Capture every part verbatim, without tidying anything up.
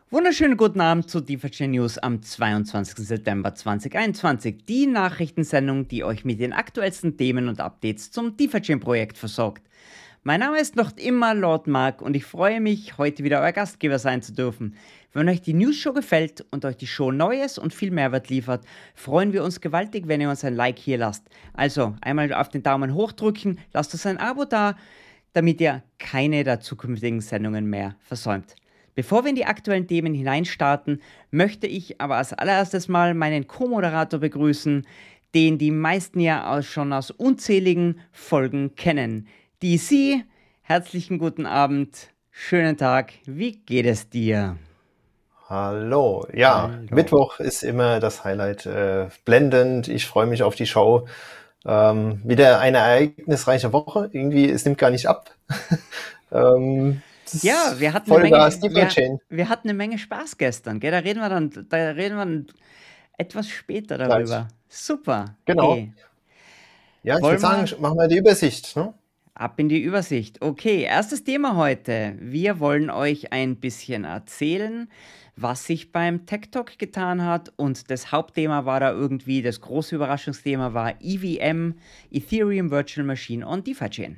Wunderschönen guten Abend zu DeFi News am zweiundzwanzigsten September zweitausendeinundzwanzig. Die Nachrichtensendung, die euch mit den aktuellsten Themen und Updates zum DeFi-Projekt versorgt. Mein Name ist noch immer Lord Mark und ich freue mich, heute wieder euer Gastgeber sein zu dürfen. Wenn euch die News-Show gefällt und euch die Show Neues und viel Mehrwert liefert, freuen wir uns gewaltig, wenn ihr uns ein Like hier lasst. Also einmal auf den Daumen hoch drücken, lasst uns ein Abo da, damit ihr keine der zukünftigen Sendungen mehr versäumt. Bevor wir in die aktuellen Themen hineinstarten, möchte ich aber als allererstes mal meinen Co-Moderator begrüßen, den die meisten ja schon aus unzähligen Folgen kennen. D C, herzlichen guten Abend, schönen Tag, wie geht es dir? Hallo, ja, Hallo. Mittwoch ist immer das Highlight, äh, blendend, ich freue mich auf die Show. Ähm, wieder eine ereignisreiche Woche, irgendwie, es nimmt gar nicht ab. ähm, Ja, wir hatten, eine Menge, wir, wir hatten eine Menge Spaß gestern, gell? Da reden wir dann, da reden wir dann etwas später darüber. Gleich. Super. Genau. Hey. Ja, ich würde sagen, machen wir die Übersicht, ne? Ab in die Übersicht. Okay, erstes Thema heute. Wir wollen euch ein bisschen erzählen, was sich beim Tech Talk getan hat. Und das Hauptthema war da irgendwie, das große Überraschungsthema war E V M, Ethereum Virtual Machine on DeFi Chain.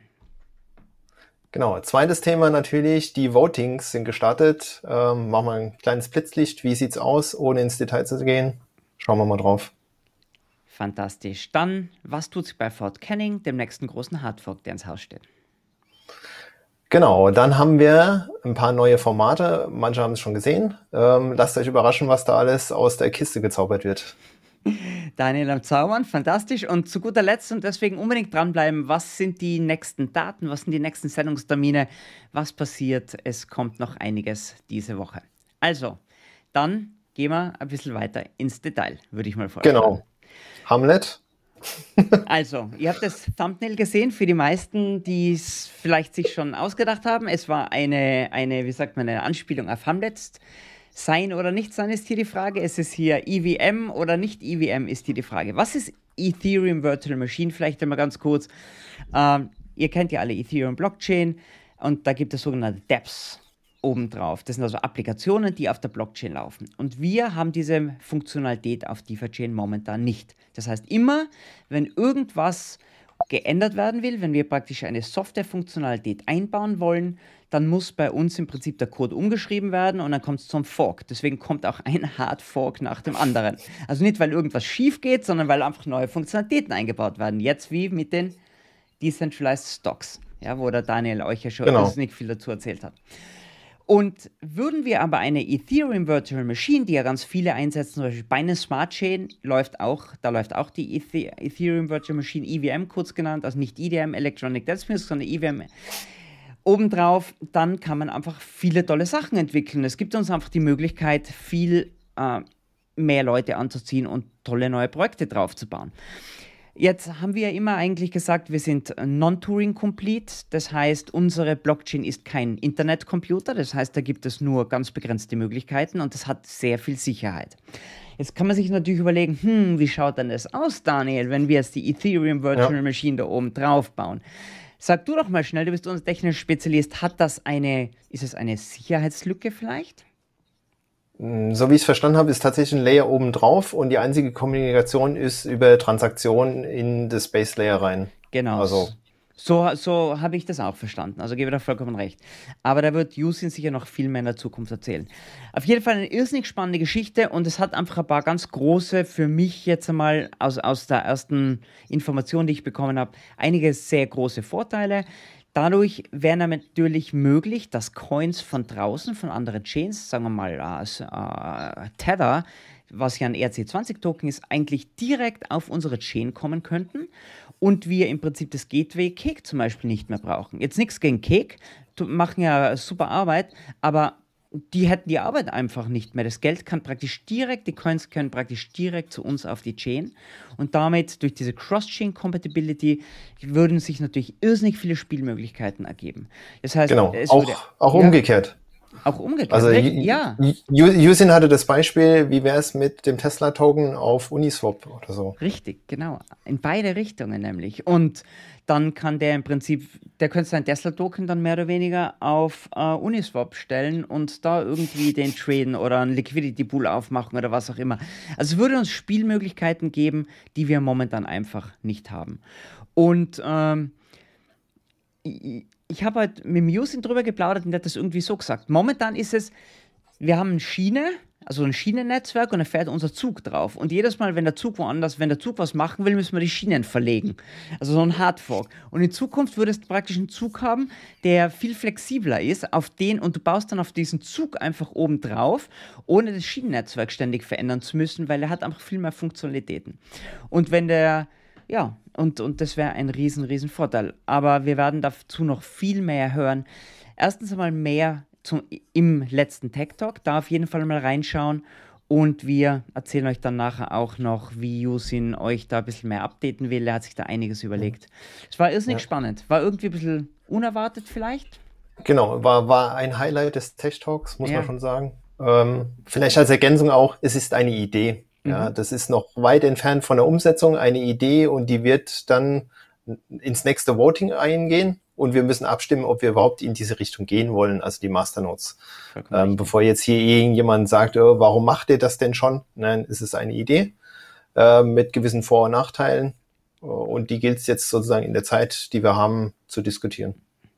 Genau, zweites Thema natürlich, die Votings sind gestartet. Ähm, machen wir ein kleines Blitzlicht. Wie sieht's aus, ohne ins Detail zu gehen? Schauen wir mal drauf. Fantastisch. Dann, was tut sich bei Fort Canning, dem nächsten großen Hardfork, der ins Haus steht? Genau, dann haben wir ein paar neue Formate. Manche haben es schon gesehen. Ähm, lasst euch überraschen, was da alles aus der Kiste gezaubert wird. Daniel am Zaubern, fantastisch. Und zu guter Letzt und deswegen unbedingt dranbleiben, was sind die nächsten Daten, was sind die nächsten Sendungstermine, was passiert, es kommt noch einiges diese Woche. Also, dann gehen wir ein bisschen weiter ins Detail, würde ich mal vorstellen. Genau. Hamlet. Also, ihr habt das Thumbnail gesehen, für die meisten, die es vielleicht sich schon ausgedacht haben. Es war eine, eine, wie sagt man, eine Anspielung auf Hamlet. Sein oder nicht sein ist hier die Frage. Es ist hier E V M oder nicht E V M ist hier die Frage. Was ist Ethereum Virtual Machine? Vielleicht einmal ganz kurz. Ähm, ihr kennt ja alle Ethereum Blockchain und da gibt es sogenannte dApps obendrauf. Das sind also Applikationen, die auf der Blockchain laufen. Und wir haben diese Funktionalität auf DeFi Chain momentan nicht. Das heißt, immer, wenn irgendwas geändert werden will, wenn wir praktisch eine Software-Funktionalität einbauen wollen, dann muss bei uns im Prinzip der Code umgeschrieben werden und dann kommt es zum Fork. Deswegen kommt auch ein Hard Fork nach dem anderen. Also nicht, weil irgendwas schief geht, sondern weil einfach neue Funktionalitäten eingebaut werden. Jetzt wie mit den Decentralized Stocks, ja, wo der Daniel euch ja schon genau. nicht viel dazu erzählt hat. Und würden wir aber eine Ethereum Virtual Machine, die ja ganz viele einsetzen, zum Beispiel Binance Smart Chain, läuft auch, da läuft auch die Ethe- Ethereum Virtual Machine, E V M kurz genannt, also nicht E D M, Electronic Dance Music, sondern E V M obendrauf, dann kann man einfach viele tolle Sachen entwickeln. Es gibt uns einfach die Möglichkeit, viel äh, mehr Leute anzuziehen und tolle neue Projekte draufzubauen. Jetzt haben wir ja immer eigentlich gesagt, wir sind non-Turing-complete, das heißt, unsere Blockchain ist kein Internetcomputer, das heißt, da gibt es nur ganz begrenzte Möglichkeiten und das hat sehr viel Sicherheit. Jetzt kann man sich natürlich überlegen, hm, wie schaut denn das aus, Daniel, wenn wir jetzt die Ethereum Virtual ja. Machine da oben drauf bauen? Sag du doch mal schnell, du bist unser technischer Spezialist, hat das eine, ist es eine Sicherheitslücke vielleicht? So wie ich es verstanden habe, ist tatsächlich ein Layer oben drauf und die einzige Kommunikation ist über Transaktionen in das Base Layer rein. Genau. Also so so habe ich das auch verstanden. Also gebe ich da vollkommen recht. Aber da wird Yusin sicher noch viel mehr in der Zukunft erzählen. Auf jeden Fall eine irrsinnig spannende Geschichte und es hat einfach ein paar ganz große, für mich jetzt einmal aus, aus der ersten Information, die ich bekommen habe, einige sehr große Vorteile. Dadurch wäre natürlich möglich, dass Coins von draußen, von anderen Chains, sagen wir mal uh, uh, Tether, was ja ein E R C zwanzig Token ist, eigentlich direkt auf unsere Chain kommen könnten und wir im Prinzip das Gateway Cake zum Beispiel nicht mehr brauchen. Jetzt nichts gegen Cake, machen ja super Arbeit, aber die hätten die Arbeit einfach nicht mehr. Das Geld kann praktisch direkt, die Coins können praktisch direkt zu uns auf die Chain und damit durch diese Cross-Chain-Compatibility würden sich natürlich irrsinnig viele Spielmöglichkeiten ergeben. Das heißt, genau, es auch, würde, auch ja, umgekehrt. Auch umgekehrt, also ja. Yusin hatte das Beispiel, wie wäre es mit dem Tesla-Token auf Uniswap oder so. Richtig, genau. In beide Richtungen nämlich. Und dann kann der im Prinzip, der könnte sein Tesla-Token dann mehr oder weniger auf äh, Uniswap stellen und da irgendwie den traden oder einen Liquidity-Pool aufmachen oder was auch immer. Also es würde uns Spielmöglichkeiten geben, die wir momentan einfach nicht haben. Und ähm, ich, ich habe halt mit dem Yusin drüber geplaudert und der hat das irgendwie so gesagt. Momentan ist es, wir haben eine Schiene, also ein Schienennetzwerk und da fährt unser Zug drauf. Und jedes Mal, wenn der Zug woanders, wenn der Zug was machen will, müssen wir die Schienen verlegen. Also so ein Hardfork. Und in Zukunft würdest du praktisch einen Zug haben, der viel flexibler ist, auf den, und du baust dann auf diesen Zug einfach oben drauf, ohne das Schienennetzwerk ständig verändern zu müssen, weil er hat einfach viel mehr Funktionalitäten. Und wenn der, ja, und, und das wäre ein riesen, riesen Vorteil. Aber wir werden dazu noch viel mehr hören. Erstens einmal mehr Zum, im letzten Tech Talk, da auf jeden Fall mal reinschauen und wir erzählen euch dann nachher auch noch, wie Yusin euch da ein bisschen mehr updaten will. Er hat sich da einiges überlegt. Es war irrsinnig ja. spannend, war irgendwie ein bisschen unerwartet vielleicht. Genau, war, war ein Highlight des Tech Talks, muss ja. man schon sagen. Ähm, vielleicht als Ergänzung auch, es ist eine Idee. Mhm. Ja, das ist noch weit entfernt von der Umsetzung, eine Idee, und die wird dann ins nächste Voting eingehen. Und wir müssen abstimmen, ob wir überhaupt in diese Richtung gehen wollen, also die Masternodes. Ähm, bevor jetzt hier irgendjemand sagt, oh, warum macht ihr das denn schon? Nein, es ist eine Idee äh, mit gewissen Vor- und Nachteilen. Und die gilt es jetzt sozusagen in der Zeit, die wir haben, zu diskutieren.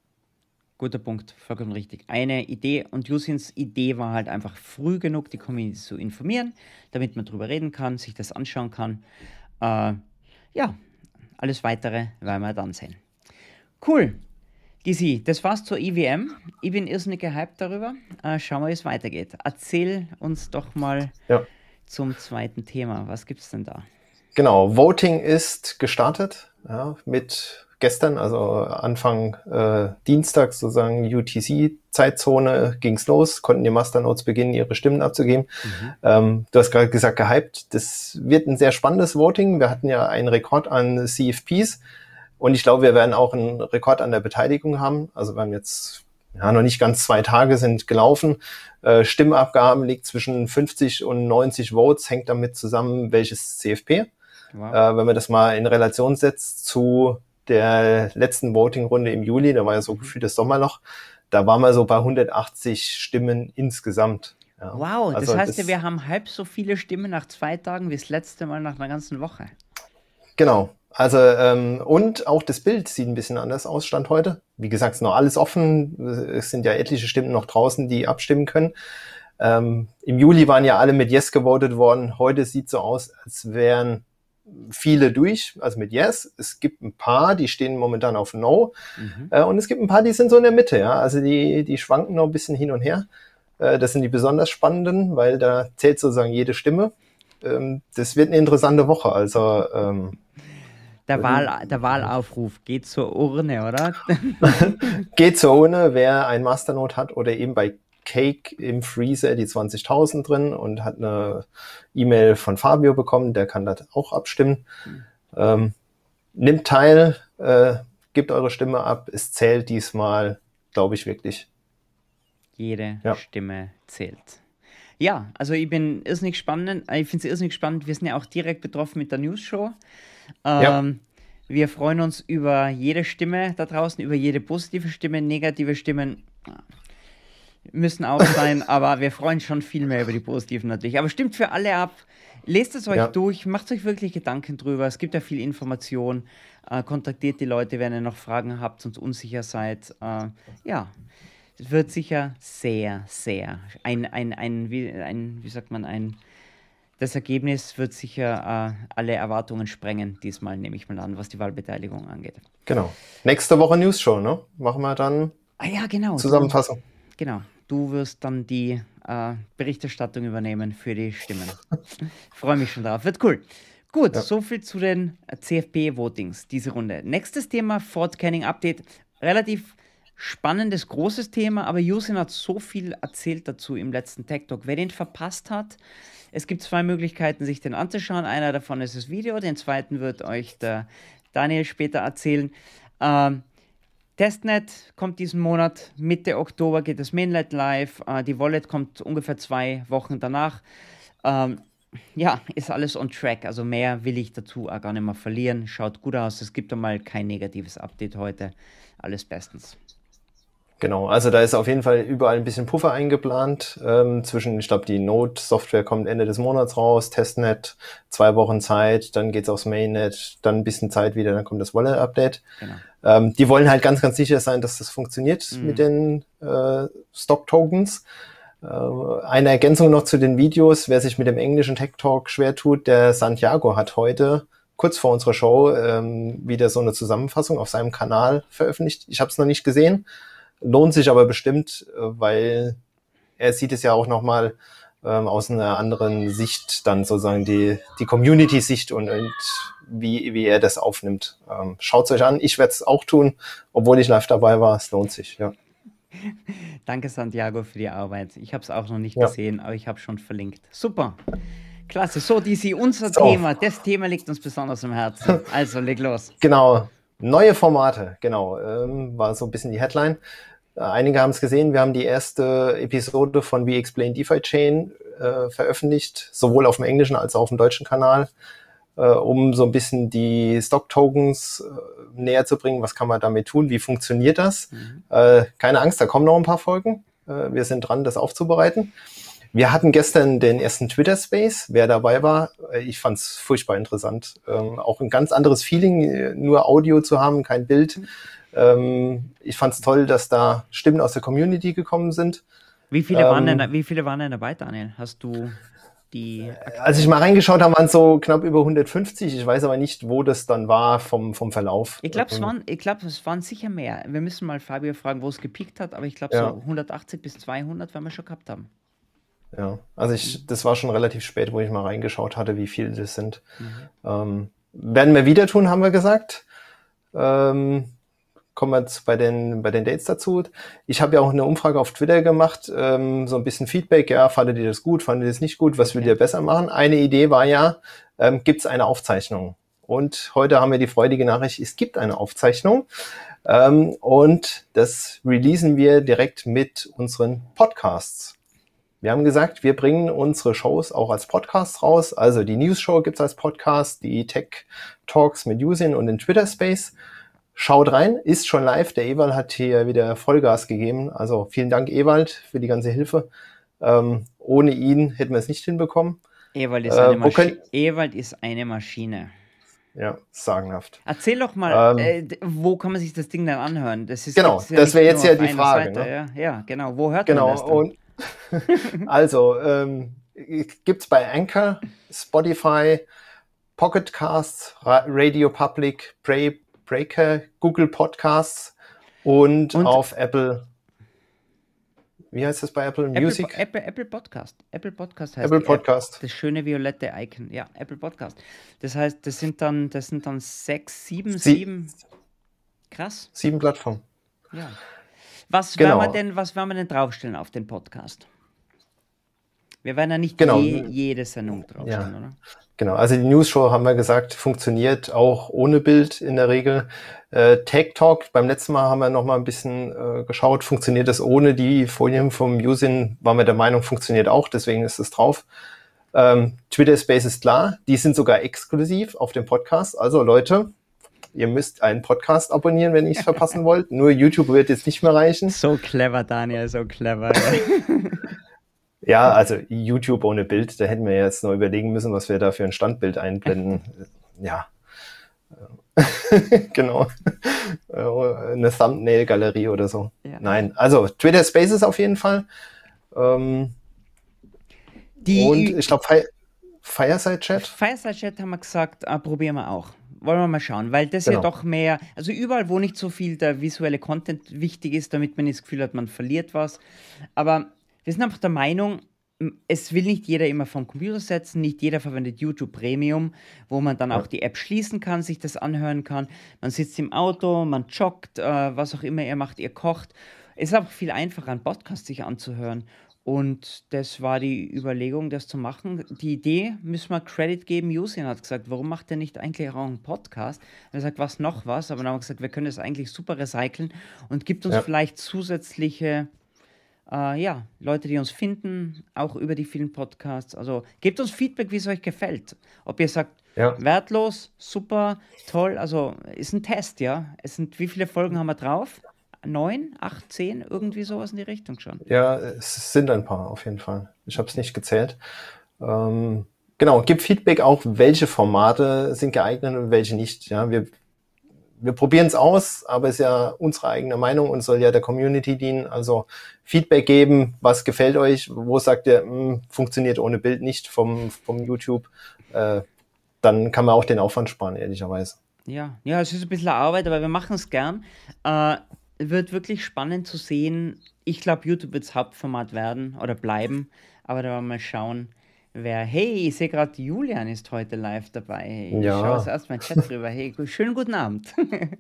Guter Punkt, vollkommen richtig. Eine Idee, und Yusins Idee war halt einfach früh genug, die Community zu informieren, damit man drüber reden kann, sich das anschauen kann. Äh, ja, alles Weitere werden wir dann sehen. Cool. Dizzy, das war's zur E V M. Ich bin irrsinnig gehypt darüber. Äh, schauen wir, wie es weitergeht. Erzähl uns doch mal ja. zum zweiten Thema. Was gibt's denn da? Genau, Voting ist gestartet, ja, mit gestern, also Anfang äh, Dienstag sozusagen U T C-Zeitzone ging's los, konnten die Masternodes beginnen, ihre Stimmen abzugeben. Mhm. Ähm, du hast gerade gesagt, gehypt. Das wird ein sehr spannendes Voting. Wir hatten ja einen Rekord an C F Ps. Und ich glaube, wir werden auch einen Rekord an der Beteiligung haben. Also wir haben jetzt ja, noch nicht ganz zwei Tage sind gelaufen. Äh, Stimmabgaben liegt zwischen fünfzig und neunzig Votes, hängt damit zusammen, welches C F P. Wow. Äh, wenn man das mal in Relation setzt zu der letzten Voting-Runde im Juli, da war ja so gefühlt das Sommerloch, da waren wir so bei hundertachtzig Stimmen insgesamt. Ja. Wow, also das heißt das, ja, wir haben halb so viele Stimmen nach zwei Tagen wie das letzte Mal nach einer ganzen Woche. Genau. Also, ähm, und auch das Bild sieht ein bisschen anders aus, Stand heute. Wie gesagt, es ist noch alles offen. Es sind ja etliche Stimmen noch draußen, die abstimmen können. Ähm, Im Juli waren ja alle mit Yes gewotet worden. Heute sieht es so aus, als wären viele durch, also mit Yes. Es gibt ein paar, die stehen momentan auf No. Mhm. Äh, und es gibt ein paar, die sind so in der Mitte. Ja, also die, die schwanken noch ein bisschen hin und her. Äh, das sind die besonders spannenden, weil da zählt sozusagen jede Stimme. Ähm, das wird eine interessante Woche. Also, ähm, Der, Wahl, der Wahlaufruf, geht zur Urne, oder? Geht zur Urne, wer ein Masternode hat oder eben bei Cake im Freezer die zwanzigtausend drin und hat eine E-Mail von Fabio bekommen, der kann das auch abstimmen. Mhm. Ähm, nimmt teil, äh, gebt eure Stimme ab, es zählt diesmal, glaube ich, wirklich. Jede ja. Stimme zählt. Ja, also ich bin irrsinnig spannend, ich finde es irrsinnig spannend, wir sind ja auch direkt betroffen mit der News-Show. Ähm, ja. Wir freuen uns über jede Stimme da draußen, über jede positive Stimme, negative Stimmen müssen auch sein, aber wir freuen schon viel mehr über die positiven natürlich. Aber stimmt für alle ab, lest es euch ja. durch, macht euch wirklich Gedanken drüber, es gibt ja viel Information, äh, kontaktiert die Leute, wenn ihr noch Fragen habt und unsicher seid. Äh, ja, es wird sicher sehr, sehr, ein, ein, ein, wie, ein, wie sagt man, ein Das Ergebnis wird sicher äh, alle Erwartungen sprengen, diesmal nehme ich mal an, was die Wahlbeteiligung angeht. Genau. Nächste Woche News-Show, ne? Machen wir dann ah, ja, genau. Zusammenfassung. Du, genau. Du wirst dann die äh, Berichterstattung übernehmen für die Stimmen. Freue mich schon drauf. Wird cool. Gut, ja. Soviel zu den C F P-Votings, diese Runde. Nächstes Thema, Fort Canning Update. Relativ spannendes, großes Thema, aber Yusin hat so viel erzählt dazu im letzten Tech Talk. Wer den verpasst hat, es gibt zwei Möglichkeiten, sich den anzuschauen. Einer davon ist das Video, den zweiten wird euch der Daniel später erzählen. Ähm, Testnet kommt diesen Monat, Mitte Oktober geht das Mainnet live. Äh, die Wallet kommt ungefähr zwei Wochen danach. Ähm, Ja, ist alles on track. Also mehr will ich dazu auch gar nicht mehr verlieren. Schaut gut aus. Es gibt einmal kein negatives Update heute. Alles bestens. Genau, also da ist auf jeden Fall überall ein bisschen Puffer eingeplant. Ähm, zwischen, ich glaube, die Node-Software kommt Ende des Monats raus, Testnet, zwei Wochen Zeit, dann geht's aufs Mainnet, dann ein bisschen Zeit wieder, dann kommt das Wallet-Update. Genau. Ähm, die wollen halt ganz, ganz sicher sein, dass das funktioniert Mhm. mit den äh, Stock-Tokens. Äh, eine Ergänzung noch zu den Videos, wer sich mit dem englischen Tech Talk schwer tut, der Santiago hat heute kurz vor unserer Show ähm, wieder so eine Zusammenfassung auf seinem Kanal veröffentlicht. Ich habe es noch nicht gesehen. Lohnt sich aber bestimmt, weil er sieht es ja auch nochmal ähm, aus einer anderen Sicht, dann sozusagen die, die Community-Sicht und, und wie, wie er das aufnimmt. Ähm, Schaut es euch an, ich werde es auch tun, obwohl ich live dabei war. Es lohnt sich, ja. Danke, Santiago, für die Arbeit. Ich habe es auch noch nicht Ja. gesehen, aber ich habe schon verlinkt. Super. Klasse. So, Dizzy, unser So. Thema. Das Thema liegt uns besonders am Herzen. Also, leg los. Genau, neue Formate, genau, ähm, war so ein bisschen die Headline. Äh, einige haben es gesehen, wir haben die erste Episode von We Explain DeFi Chain äh, veröffentlicht, sowohl auf dem englischen als auch auf dem deutschen Kanal, äh, um so ein bisschen die Stock-Tokens äh, näher zu bringen. Was kann man damit tun? Wie funktioniert das? Mhm. Äh, keine Angst, da kommen noch ein paar Folgen. Äh, wir sind dran, das aufzubereiten. Wir hatten gestern den ersten Twitter-Space. Wer dabei war, äh, ich fand es furchtbar interessant. Ähm, auch ein ganz anderes Feeling, äh, nur Audio zu haben, kein Bild. Ähm, ich fand es toll, dass da Stimmen aus der Community gekommen sind. Wie viele, waren Ähm, denn, wie viele waren denn dabei, Daniel? Hast du die... Als ich mal reingeschaut habe, waren es so knapp über hundertfünfzig. Ich weiß aber nicht, wo das dann war vom, vom Verlauf. Ich glaube, es Ähm, waren, ich glaub, es waren sicher mehr. Wir müssen mal Fabio fragen, wo es gepiekt hat, aber ich glaube, Ja. so hundertachtzig bis zweihundert werden wir schon gehabt haben. Ja, also ich, das war schon relativ spät, wo ich mal reingeschaut hatte, wie viele das sind. Mhm. Ähm, werden wir wieder tun, haben wir gesagt. Ähm, kommen wir jetzt bei den, bei den Dates dazu. Ich habe ja auch eine Umfrage auf Twitter gemacht, ähm, so ein bisschen Feedback. Ja, fandet ihr das gut, fandet ihr das nicht gut? Was Okay. würdet ihr besser machen? Eine Idee war ja, ähm, gibt es eine Aufzeichnung? Und heute haben wir die freudige Nachricht, es gibt eine Aufzeichnung. Ähm, und das releasen wir direkt mit unseren Podcasts. Wir haben gesagt, wir bringen unsere Shows auch als Podcasts raus. Also die News Show gibt's als Podcast, die Tech Talks mit Yusin und den Twitter Space. Schaut rein, ist schon live. Der Ewald hat hier wieder Vollgas gegeben. Also vielen Dank, Ewald, für die ganze Hilfe. Ähm, ohne ihn hätten wir es nicht hinbekommen. Ewald ist, Äh, eine wo Maschi könnt- Ewald ist eine Maschine. Ja, sagenhaft. Erzähl doch mal, Ähm, äh, d- wo kann man sich das Ding dann anhören? Das ist, Genau, gibt's ja das nicht wäre jetzt nur ja auf die einer Frage, Seite, ne? Ja, ja, genau. Wo hört man Genau, das dann? und also ähm, gibt's bei Anchor, Spotify, Pocket Casts, Ra- Radio Public, Bra- Breaker, Google Podcasts und, Und- auf Apple. Wie heißt das bei Apple? Apple, Music? Apple, Apple Podcast. Apple Podcast heißt Apple die App. Podcast. Das schöne violette Icon. Ja, Apple Podcast. Das heißt, das sind dann, das sind dann sechs, sieben, Sie- sieben. Krass. Sieben Plattformen. Ja. Was Genau. werden wir denn, was werden wir denn draufstellen auf den Podcast? Wir werden ja nicht Genau. je, jede Sendung draufstellen, Ja. oder? Genau, also die News Show, haben wir gesagt, funktioniert auch ohne Bild in der Regel. Äh, Tech Talk, beim letzten Mal haben wir noch mal ein bisschen äh, geschaut, funktioniert das ohne die Folien vom Usin, waren wir der Meinung, funktioniert auch, deswegen ist es drauf. Ähm, Twitter Space ist klar, die sind sogar exklusiv auf dem Podcast, also Leute, ihr müsst einen Podcast abonnieren, wenn ihr es verpassen wollt, nur YouTube wird jetzt nicht mehr reichen. So clever, Daniel, so clever. Ja, also YouTube ohne Bild, da hätten wir jetzt noch überlegen müssen, was wir da für ein Standbild einblenden. Ja, genau. Eine Thumbnail-Galerie oder so. Ja. Nein, also Twitter Spaces auf jeden Fall. Ähm, Die und ich glaube Fi Fireside Chat. Fireside Chat haben wir gesagt, äh, probieren wir auch. Wollen wir mal schauen, weil das Genau. ja doch mehr, also überall, wo nicht so viel der visuelle Content wichtig ist, damit man nicht das Gefühl hat, man verliert was. Aber wir sind einfach der Meinung, m- es will nicht jeder immer vom Computer setzen, nicht jeder verwendet YouTube Premium, wo man dann Ja. auch die App schließen kann, sich das anhören kann. Man sitzt im Auto, man joggt, äh, was auch immer ihr macht, ihr kocht. Es ist einfach viel einfacher, einen Podcast sich anzuhören. Und das war die Überlegung, das zu machen. Die Idee müssen wir Credit geben. Yusin hat gesagt, warum macht er nicht eigentlich auch einen Podcast? Er sagt, was noch was? Aber dann haben wir gesagt, wir können das eigentlich super recyceln und gibt uns Ja. vielleicht zusätzliche Äh, ja, Leute, die uns finden, auch über die vielen Podcasts. Also gebt uns Feedback, wie es euch gefällt. Ob ihr sagt, Ja, wertlos, super, toll. Also ist ein Test, ja. Es sind, wie viele Folgen haben wir drauf? Neun, acht, zehn, irgendwie sowas in die Richtung schon. ja, es sind ein paar auf jeden Fall. Ich habe es nicht gezählt. Ähm, genau, gib Feedback auch, welche Formate sind geeignet und welche nicht. Ja, wir, wir probieren es aus, aber es ist ja unsere eigene Meinung und soll ja der Community dienen. Also Feedback geben, was gefällt euch, wo sagt ihr, mh, funktioniert ohne Bild nicht vom, vom YouTube. Äh, dann kann man auch den Aufwand sparen, ehrlicherweise. Ja, ja, es ist ein bisschen Arbeit, aber wir machen es gern. Äh, wird wirklich spannend zu sehen. Ich glaube, YouTube wird das Hauptformat werden oder bleiben. Aber da werden wir mal schauen, wer. Hey, ich sehe gerade, Julian ist heute live dabei. Ich schaue jetzt Ja, erst meinen Chat drüber. Hey, gu- schönen guten Abend.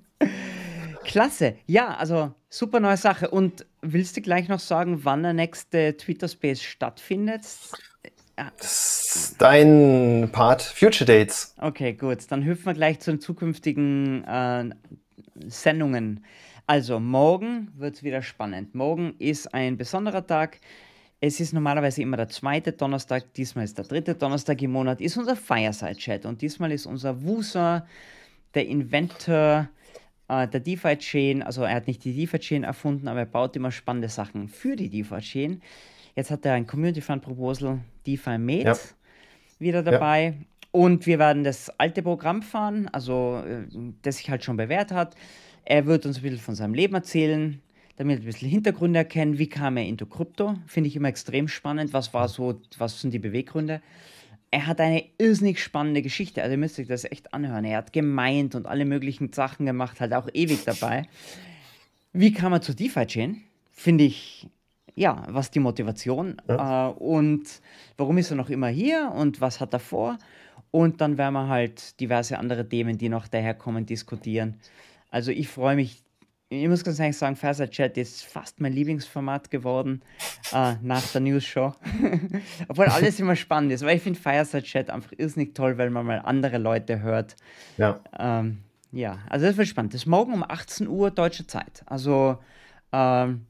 Klasse. Ja, also super neue Sache. Und willst du gleich noch sagen, wann der nächste Twitter Space stattfindet? Ja, das ist dein Part Future Dates. okay, gut. Dann hüpfen wir gleich zu den zukünftigen äh, Sendungen. Also, morgen wird es wieder spannend. Morgen ist ein besonderer Tag. Es ist normalerweise immer der zweite Donnerstag, diesmal ist der dritte Donnerstag im Monat, ist unser Fireside-Chat. Und diesmal ist unser Wuser, der Inventor äh, der DeFi-Chain, also er hat nicht die DeFi-Chain erfunden, aber er baut immer spannende Sachen für die DeFi-Chain. Jetzt hat er ein Community Fund Proposal, DeFi Made, Ja, wieder ja, dabei. Und wir werden das alte Programm fahren, also äh, das sich halt schon bewährt hat. Er wird uns ein bisschen von seinem Leben erzählen, damit wir ein bisschen Hintergründe erkennen. Wie kam er into Krypto? Finde ich immer extrem spannend. Was war so, was sind die Beweggründe? Er hat eine irrsinnig spannende Geschichte. Also ihr müsst euch das echt anhören. Er hat gemeint und alle möglichen Sachen gemacht, halt auch ewig dabei. Wie kam er zur DeFi-Chain? Finde ich, ja, was die Motivation ja. äh, und warum ist er noch immer hier und was hat er vor? Und dann werden wir halt diverse andere Themen, die noch daherkommen, diskutieren. Also ich freue mich, ich muss ganz ehrlich sagen, Fireside Chat ist fast mein Lieblingsformat geworden äh, nach der News-Show. Obwohl alles immer spannend ist, weil ich finde Fireside Chat einfach irrsinnig toll, weil man mal andere Leute hört. Ja, Ähm, ja, also das wird spannend. Das ist morgen um achtzehn Uhr deutsche Zeit. Also ähm,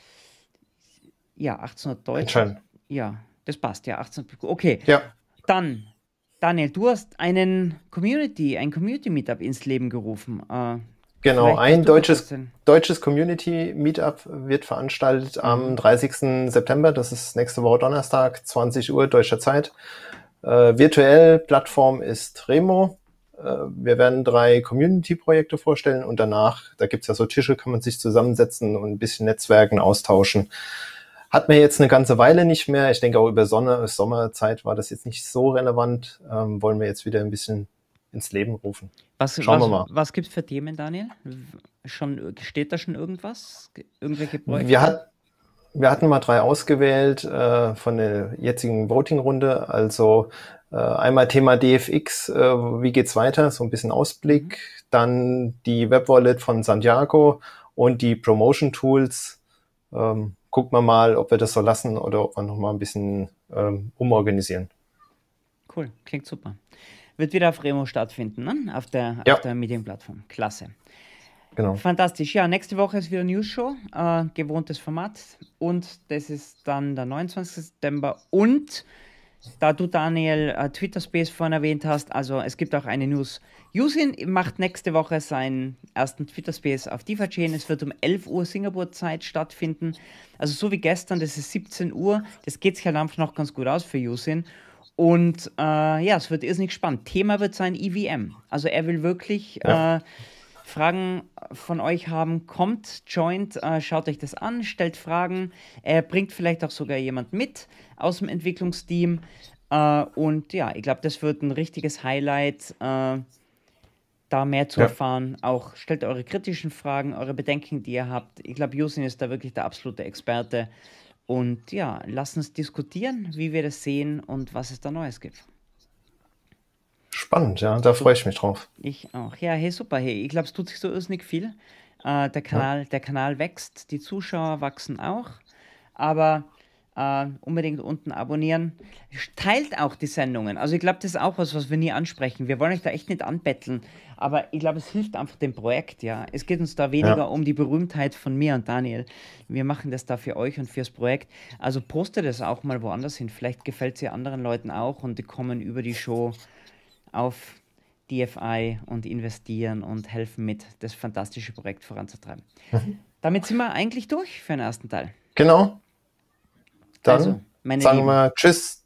ja, achtzehn Uhr deutsche. entscheidend. Ja, das passt, ja, achtzehn Uhr. Okay, Ja, dann, Daniel, du hast einen Community, ein Community-Meetup ins Leben gerufen. Äh, genau. vielleicht kannst Ein du kurz deutsches, erzählen. deutsches Community-Meetup wird veranstaltet am Mhm. dreißigsten September. Das ist nächste Woche Donnerstag, zwanzig Uhr deutscher Zeit. Äh, virtuell, Plattform ist Remo. Äh, wir werden drei Community-Projekte vorstellen und danach, da gibt's ja so Tische, kann man sich zusammensetzen und ein bisschen netzwerken, austauschen. Hat man jetzt eine ganze Weile nicht mehr. Ich denke auch über Sonne, Sommerzeit war das jetzt nicht so relevant. Ähm, wollen wir jetzt wieder ein bisschen ins Leben rufen. Was, Schauen wir was, mal. was gibt es für Themen, Daniel? W- Schon, steht da schon irgendwas? Ge- Irgendwelche Wir, Projekte? hat, wir hatten mal drei ausgewählt äh, von der jetzigen Voting-Runde. Also äh, einmal Thema D F X, äh, wie geht's weiter? So ein bisschen Mhm. Ausblick. Dann die Web-Wallet von Santiago und die Promotion-Tools. Ähm, gucken wir mal, ob wir das so lassen oder ob wir noch mal ein bisschen ähm, umorganisieren. Cool, klingt super. Wird wieder auf Remo stattfinden, ne? Auf der, auf Ja, der Medienplattform. Klasse. genau. Fantastisch. Ja, nächste Woche ist wieder News-Show, äh, gewohntes Format. Und das ist dann der neunundzwanzigste September. Und da du, Daniel, äh, Twitter Space vorhin erwähnt hast, also es gibt auch eine News. Yusin macht nächste Woche seinen ersten Twitter Space auf DeFi-Chain. Es wird um elf Uhr Singapur-Zeit stattfinden. Also so wie gestern, das ist siebzehn Uhr. Das geht sich halt einfach noch ganz gut aus für Yusin. Und äh, ja, es wird irrsinnig spannend. Thema wird sein E V M. Also er will wirklich Ja, äh, Fragen von euch haben, kommt, joint, äh, schaut euch das an, stellt Fragen. Er bringt vielleicht auch sogar jemand mit aus dem Entwicklungsteam. Äh, und ja, ich glaube, das wird ein richtiges Highlight, äh, da mehr zu ja. erfahren. Auch stellt eure kritischen Fragen, eure Bedenken, die ihr habt. Ich glaube, Yusin ist da wirklich der absolute Experte. Und ja, lasst uns diskutieren, wie wir das sehen und was es da Neues gibt. Spannend, ja, da freue Super. ich mich drauf. Ich auch. Ja, hey, super. Hey, ich glaube, es tut sich so irrsinnig viel. Äh, der Ja, Kanal, der Kanal wächst, die Zuschauer wachsen auch. Aber Äh, unbedingt unten abonnieren. Teilt auch die Sendungen. Also ich glaube, das ist auch was, was wir nie ansprechen. Wir wollen euch da echt nicht anbetteln, aber ich glaube, es hilft einfach dem Projekt, ja. Es geht uns da weniger Ja. um die Berühmtheit von mir und Daniel. Wir machen das da für euch und fürs Projekt. Also postet es auch mal woanders hin. Vielleicht gefällt es ja anderen Leuten auch und die kommen über die Show auf D F I und investieren und helfen mit, das fantastische Projekt voranzutreiben. Mhm. Damit sind wir eigentlich durch für den ersten Teil. Genau. Dann Also, meine sagen Lieben. wir Tschüss.